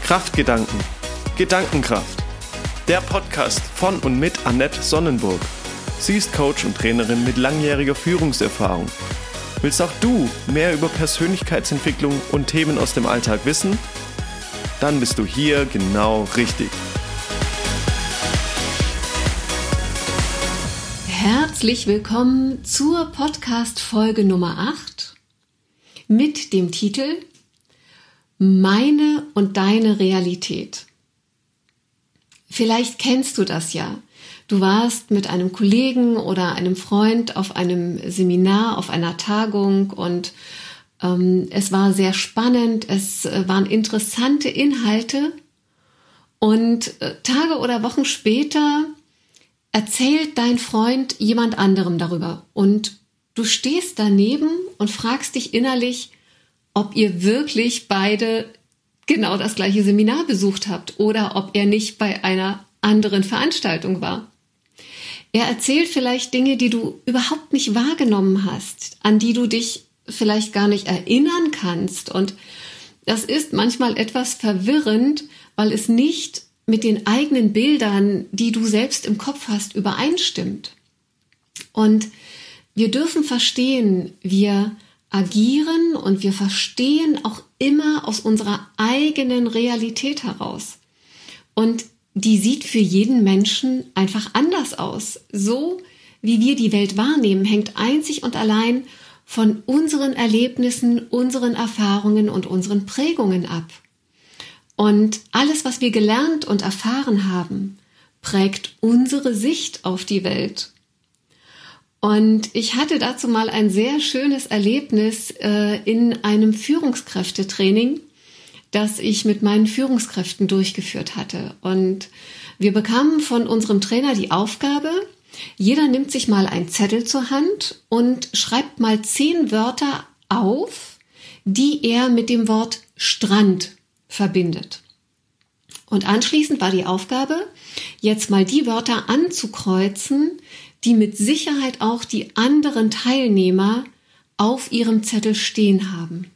Kraftgedanken, Gedankenkraft. Der Podcast von und mit Annette Sonnenburg. Sie ist Coach und Trainerin mit langjähriger Führungserfahrung. Willst auch du mehr über Persönlichkeitsentwicklung und Themen aus dem Alltag wissen? Dann bist du hier genau richtig. Herzlich willkommen zur Podcast-Folge Nummer 8 mit dem Titel Meine und deine Realität. Vielleicht kennst du das ja. Du warst mit einem Kollegen oder einem Freund auf einem Seminar, auf einer Tagung und es war sehr spannend, es waren interessante Inhalte und Tage oder Wochen später erzählt dein Freund jemand anderem darüber und du stehst daneben und fragst dich innerlich, ob ihr wirklich beide genau das gleiche Seminar besucht habt oder ob er nicht bei einer anderen Veranstaltung war. Er erzählt vielleicht Dinge, die du überhaupt nicht wahrgenommen hast, an die du dich vielleicht gar nicht erinnern kannst. Und das ist manchmal etwas verwirrend, weil es nicht mit den eigenen Bildern, die du selbst im Kopf hast, übereinstimmt. Und wir dürfen verstehen, wir agieren und wir verstehen auch immer aus unserer eigenen Realität heraus. Und die sieht für jeden Menschen einfach anders aus. So wie wir die Welt wahrnehmen, hängt einzig und allein von unseren Erlebnissen, unseren Erfahrungen und unseren Prägungen ab. Und alles, was wir gelernt und erfahren haben, prägt unsere Sicht auf die Welt. Und ich hatte dazu mal ein sehr schönes Erlebnis in einem Führungskräftetraining, das ich mit meinen Führungskräften durchgeführt hatte. Und wir bekamen von unserem Trainer die Aufgabe, jeder nimmt sich mal einen Zettel zur Hand und schreibt mal 10 Wörter auf, die er mit dem Wort Strand verbindet. Und anschließend war die Aufgabe, jetzt mal die Wörter anzukreuzen, die mit Sicherheit auch die anderen Teilnehmer auf ihrem Zettel stehen haben.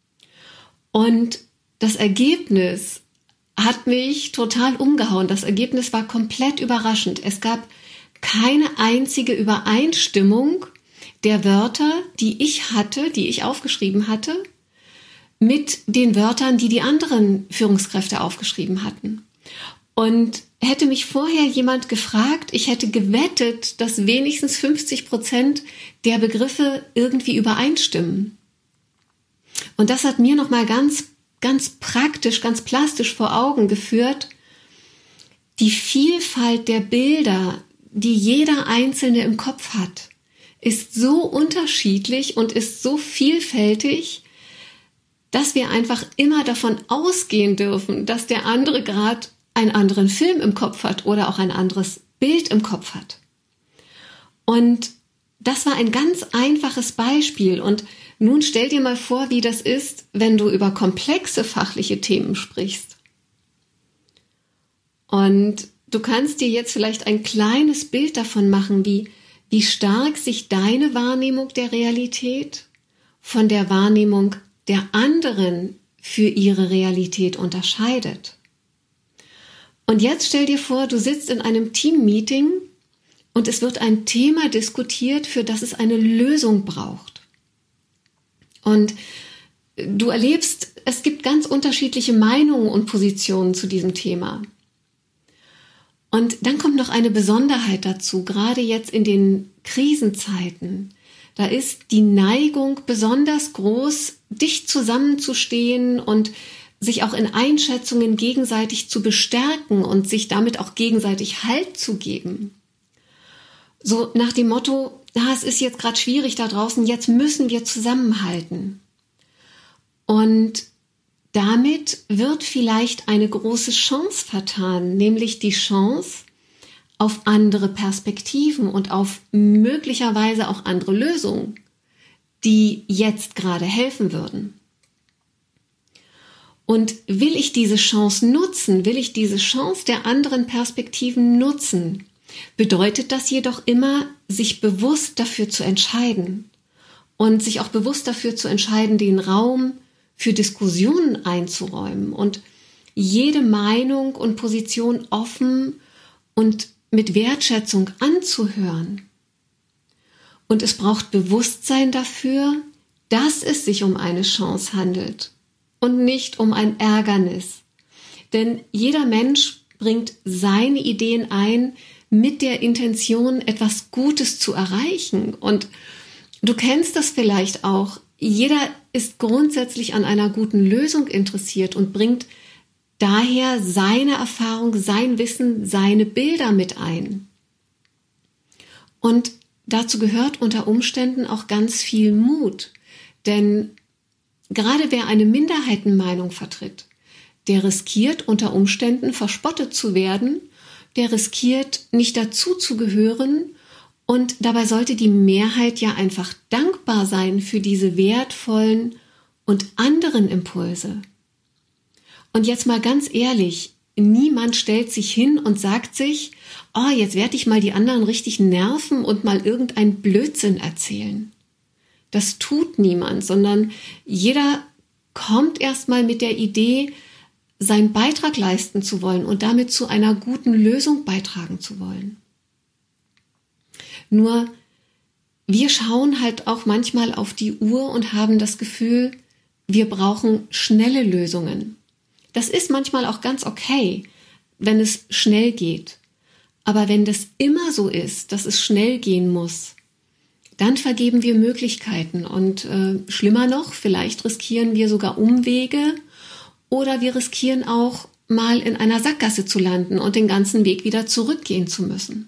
Und das Ergebnis hat mich total umgehauen. Das Ergebnis war komplett überraschend. Es gab keine einzige Übereinstimmung der Wörter, die ich aufgeschrieben hatte, mit den Wörtern, die die anderen Führungskräfte aufgeschrieben hatten. Und hätte mich vorher jemand gefragt, ich hätte gewettet, dass wenigstens 50% der Begriffe irgendwie übereinstimmen. Und das hat mir nochmal ganz praktisch, ganz plastisch vor Augen geführt, die Vielfalt der Bilder, die jeder Einzelne im Kopf hat, ist so unterschiedlich und ist so vielfältig, dass wir einfach immer davon ausgehen dürfen, dass der andere gerade einen anderen Film im Kopf hat oder auch ein anderes Bild im Kopf hat. Und das war ein ganz einfaches Beispiel. Und nun stell dir mal vor, wie das ist, wenn du über komplexe fachliche Themen sprichst. Und du kannst dir jetzt vielleicht ein kleines Bild davon machen, wie stark sich deine Wahrnehmung der Realität von der Wahrnehmung der anderen für ihre Realität unterscheidet. Und jetzt stell dir vor, du sitzt in einem Teammeeting und es wird ein Thema diskutiert, für das es eine Lösung braucht. Und du erlebst, es gibt ganz unterschiedliche Meinungen und Positionen zu diesem Thema. Und dann kommt noch eine Besonderheit dazu, gerade jetzt in den Krisenzeiten. Da ist die Neigung besonders groß, dicht zusammenzustehen und sich auch in Einschätzungen gegenseitig zu bestärken und sich damit auch gegenseitig Halt zu geben. So nach dem Motto, es ist jetzt gerade schwierig da draußen, jetzt müssen wir zusammenhalten. Und damit wird vielleicht eine große Chance vertan, nämlich die Chance auf andere Perspektiven und auf möglicherweise auch andere Lösungen, die jetzt gerade helfen würden. Und will ich diese Chance nutzen, will ich diese Chance der anderen Perspektiven nutzen, bedeutet das jedoch immer, sich bewusst dafür zu entscheiden und sich auch bewusst dafür zu entscheiden, den Raum für Diskussionen einzuräumen und jede Meinung und Position offen und mit Wertschätzung anzuhören. Und es braucht Bewusstsein dafür, dass es sich um eine Chance handelt und nicht um ein Ärgernis. Denn jeder Mensch bringt seine Ideen ein mit der Intention, etwas Gutes zu erreichen. Und du kennst das vielleicht auch. Jeder ist grundsätzlich an einer guten Lösung interessiert und bringt daher seine Erfahrung, sein Wissen, seine Bilder mit ein. Und dazu gehört unter Umständen auch ganz viel Mut. Denn gerade wer eine Minderheitenmeinung vertritt, der riskiert unter Umständen verspottet zu werden, der riskiert nicht dazu zu gehören und dabei sollte die Mehrheit ja einfach dankbar sein für diese wertvollen und anderen Impulse. Und jetzt mal ganz ehrlich, niemand stellt sich hin und sagt sich, oh, jetzt werde ich mal die anderen richtig nerven und mal irgendeinen Blödsinn erzählen. Das tut niemand, sondern jeder kommt erstmal mit der Idee, seinen Beitrag leisten zu wollen und damit zu einer guten Lösung beitragen zu wollen. Nur, wir schauen halt auch manchmal auf die Uhr und haben das Gefühl, wir brauchen schnelle Lösungen. Das ist manchmal auch ganz okay, wenn es schnell geht. Aber wenn das immer so ist, dass es schnell gehen muss, dann vergeben wir Möglichkeiten und schlimmer noch, vielleicht riskieren wir sogar Umwege oder wir riskieren auch mal in einer Sackgasse zu landen und den ganzen Weg wieder zurückgehen zu müssen.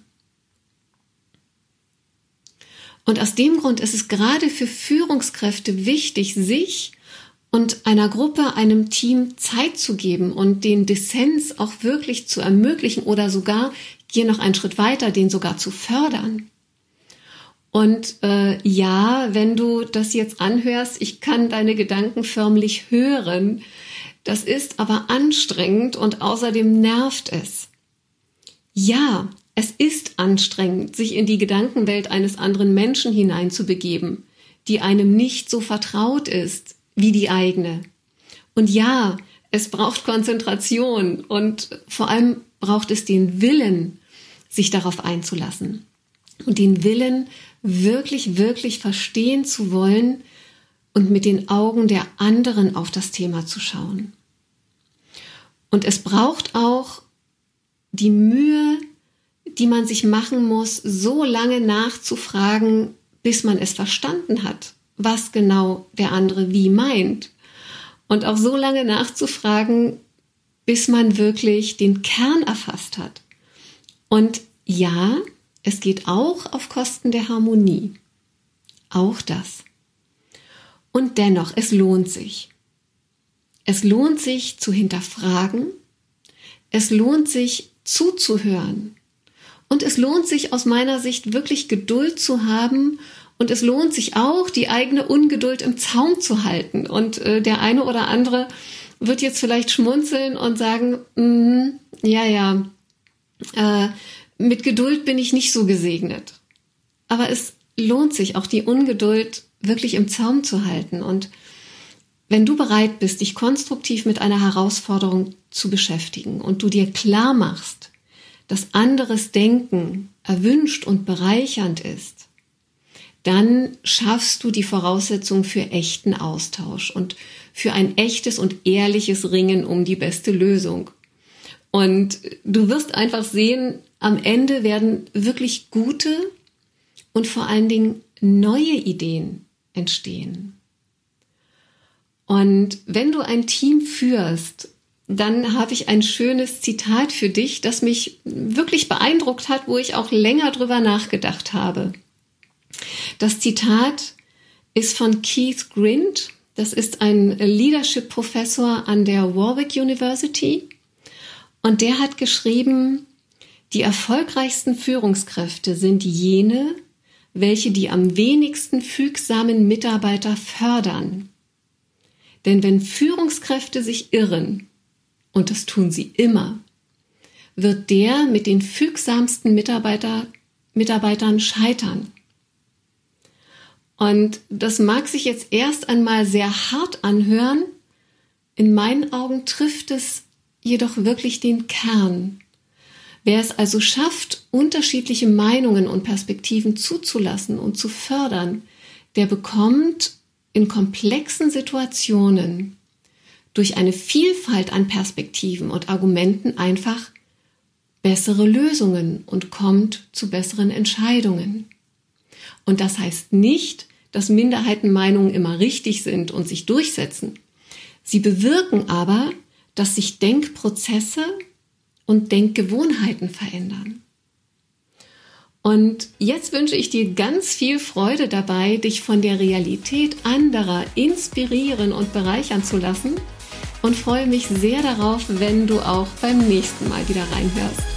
Und aus dem Grund ist es gerade für Führungskräfte wichtig, sich und einer Gruppe, einem Team Zeit zu geben und den Dissens auch wirklich zu ermöglichen oder sogar, gehe noch einen Schritt weiter, den sogar zu fördern. Und ja, wenn du das jetzt anhörst, ich kann deine Gedanken förmlich hören. Das ist aber anstrengend und außerdem nervt es. Ja, es ist anstrengend, sich in die Gedankenwelt eines anderen Menschen hineinzubegeben, die einem nicht so vertraut ist wie die eigene. Und ja, es braucht Konzentration und vor allem braucht es den Willen, sich darauf einzulassen. Und den Willen, wirklich, wirklich verstehen zu wollen und mit den Augen der anderen auf das Thema zu schauen. Und es braucht auch die Mühe, die man sich machen muss, so lange nachzufragen, bis man es verstanden hat, was genau der andere wie meint. Und auch so lange nachzufragen, bis man wirklich den Kern erfasst hat. Und ja, es geht auch auf Kosten der Harmonie. Auch das. Und dennoch, es lohnt sich. Es lohnt sich zu hinterfragen. Es lohnt sich zuzuhören. Und es lohnt sich aus meiner Sicht wirklich Geduld zu haben. Und es lohnt sich auch, die eigene Ungeduld im Zaum zu halten. Und der eine oder andere wird jetzt vielleicht schmunzeln und sagen, mit Geduld bin ich nicht so gesegnet. Aber es lohnt sich auch, die Ungeduld wirklich im Zaum zu halten. Und wenn du bereit bist, dich konstruktiv mit einer Herausforderung zu beschäftigen und du dir klar machst, dass anderes Denken erwünscht und bereichernd ist, dann schaffst du die Voraussetzung für echten Austausch und für ein echtes und ehrliches Ringen um die beste Lösung. Und du wirst einfach sehen, am Ende werden wirklich gute und vor allen Dingen neue Ideen entstehen. Und wenn du ein Team führst, dann habe ich ein schönes Zitat für dich, das mich wirklich beeindruckt hat, wo ich auch länger drüber nachgedacht habe. Das Zitat ist von Keith Grint. Das ist ein Leadership-Professor an der Warwick University. Und der hat geschrieben, die erfolgreichsten Führungskräfte sind jene, welche die am wenigsten fügsamen Mitarbeiter fördern. Denn wenn Führungskräfte sich irren, und das tun sie immer, wird der mit den fügsamsten Mitarbeitern scheitern. Und das mag sich jetzt erst einmal sehr hart anhören. In meinen Augen trifft es jedoch wirklich den Kern. Wer es also schafft, unterschiedliche Meinungen und Perspektiven zuzulassen und zu fördern, der bekommt in komplexen Situationen durch eine Vielfalt an Perspektiven und Argumenten einfach bessere Lösungen und kommt zu besseren Entscheidungen. Und das heißt nicht, dass Minderheitenmeinungen immer richtig sind und sich durchsetzen. Sie bewirken aber, dass sich Denkprozesse und Denkgewohnheiten verändern. Und jetzt wünsche ich dir ganz viel Freude dabei, dich von der Realität anderer inspirieren und bereichern zu lassen und freue mich sehr darauf, wenn du auch beim nächsten Mal wieder reinhörst.